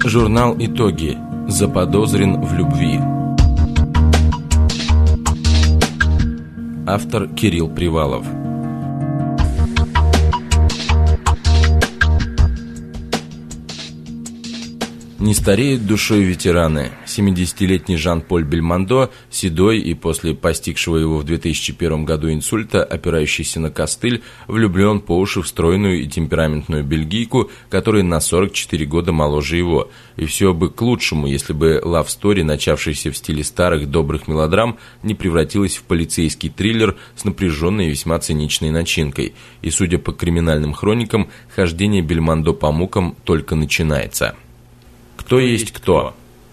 Журнал «Итоги». Заподозрен в любви. Автор Кирилл Привалов. Не стареют душой ветераны. 70-летний Жан-Поль Бельмондо, седой и после постигшего его в 2001 году инсульта, опирающийся на костыль, влюблен по уши в стройную и темпераментную бельгийку, которая на 44 года моложе его. И все бы к лучшему, если бы лав-стори, начавшаяся в стиле старых добрых мелодрам, не превратилась в полицейский триллер с напряженной и весьма циничной начинкой. И, судя по криминальным хроникам, хождение Бельмондо по мукам только начинается. Кто есть кто?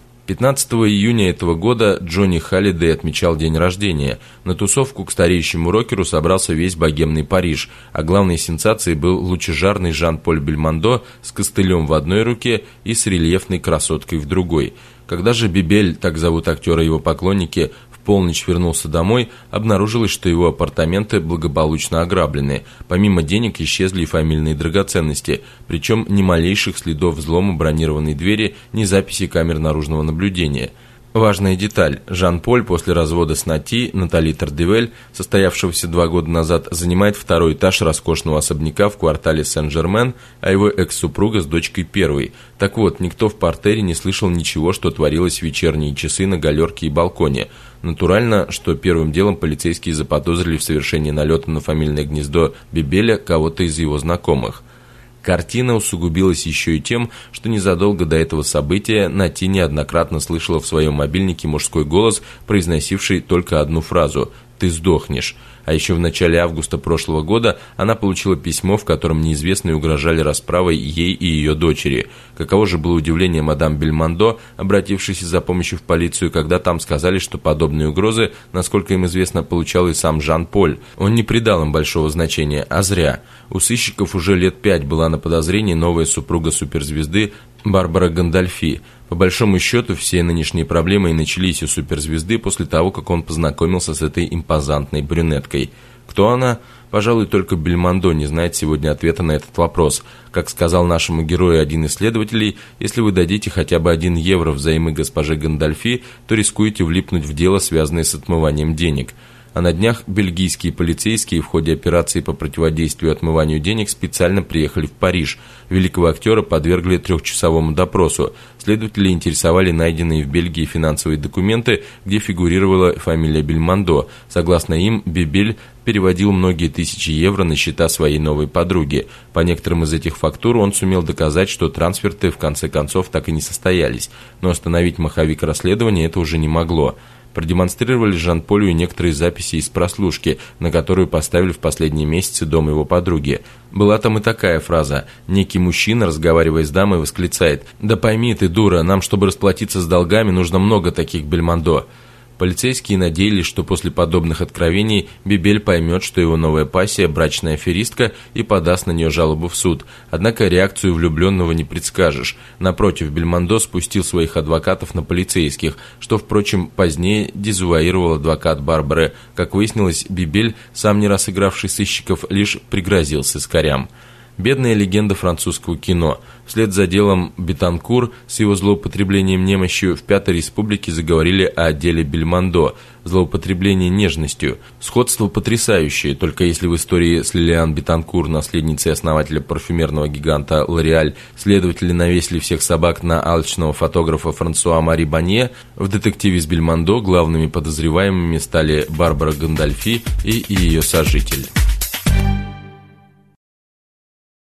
15 июня этого года Джонни Халлидей отмечал день рождения. На тусовку к стареющему рокеру собрался весь богемный Париж, а главной сенсацией был лучезарный Жан-Поль Бельмондо с костылем в одной руке и с рельефной красоткой в другой. Когда же Бибель, так зовут актера и его поклонники, в полночь вернулся домой, обнаружилось, что его апартаменты благополучно ограблены. Помимо денег исчезли и фамильные драгоценности, причем ни малейших следов взлома бронированной двери, ни записи камер наружного наблюдения. Важная деталь. Жан-Поль после развода с Натали Тардевель, состоявшегося 2 года назад, занимает второй этаж роскошного особняка в квартале Сен-Жермен, а его экс-супруга с дочкой первой. Так вот, никто в партере не слышал ничего, что творилось в вечерние часы на галерке и балконе. Натурально, что первым делом полицейские заподозрили в совершении налета на фамильное гнездо Бибеля кого-то из его знакомых. Картина усугубилась еще и тем, что незадолго до этого события Нати неоднократно слышала в своем мобильнике мужской голос, произносивший только одну фразу «Ты сдохнешь». А еще в начале августа прошлого года она получила письмо, в котором неизвестные угрожали расправой ей и ее дочери. Каково же было удивление мадам Бельмондо, обратившейся за помощью в полицию, когда там сказали, что подобные угрозы, насколько им известно, получал и сам Жан-Поль. Он не придал им большого значения, а зря. У сыщиков уже лет 5 была на подозрении новая супруга суперзвезды Барбара Гандольфи. По большому счету, все нынешние проблемы и начались у суперзвезды после того, как он познакомился с этой импозантной брюнеткой. Кто она? Пожалуй, только Бельмондо не знает сегодня ответа на этот вопрос. Как сказал нашему герою один из следователей, если вы дадите хотя бы 1 евро взаймы госпоже Гандольфи, то рискуете влипнуть в дело, связанное с отмыванием денег. А на днях бельгийские полицейские в ходе операции по противодействию отмыванию денег специально приехали в Париж. Великого актера подвергли 3-часовому допросу. Следователи интересовали найденные в Бельгии финансовые документы, где фигурировала фамилия Бельмондо. Согласно им, Бибель переводил многие тысячи евро на счета своей новой подруги. По некоторым из этих фактур он сумел доказать, что трансферты в конце концов так и не состоялись. Но остановить маховик расследования это уже не могло. Продемонстрировали Жан-Полю некоторые записи из прослушки, на которую поставили в последние месяцы дом его подруги. Была там и такая фраза. Некий мужчина, разговаривая с дамой, восклицает: «Да пойми ты, дура, нам, чтобы расплатиться с долгами, нужно много таких Бельмондо». Полицейские надеялись, что после подобных откровений Бибель поймет, что его новая пассия – брачная аферистка, и подаст на нее жалобу в суд. Однако реакцию влюбленного не предскажешь. Напротив, Бельмондо спустил своих адвокатов на полицейских, что, впрочем, позднее дезавуировал адвокат Барбары. Как выяснилось, Бибель, сам не раз игравший сыщиков, лишь пригрозил сыскарям. Бедная легенда французского кино. Вслед за делом Бетанкур с его злоупотреблением немощью в Пятой Республике заговорили о деле Бельмондо. Злоупотребление нежностью. Сходство потрясающее, только если в истории с Лилиан Бетанкур, наследницей основателя парфюмерного гиганта Лореаль, следователи навесили всех собак на алчного фотографа Франсуа Мари Банье, в детективе с Бельмондо главными подозреваемыми стали Барбара Гандольфи и ее сожитель.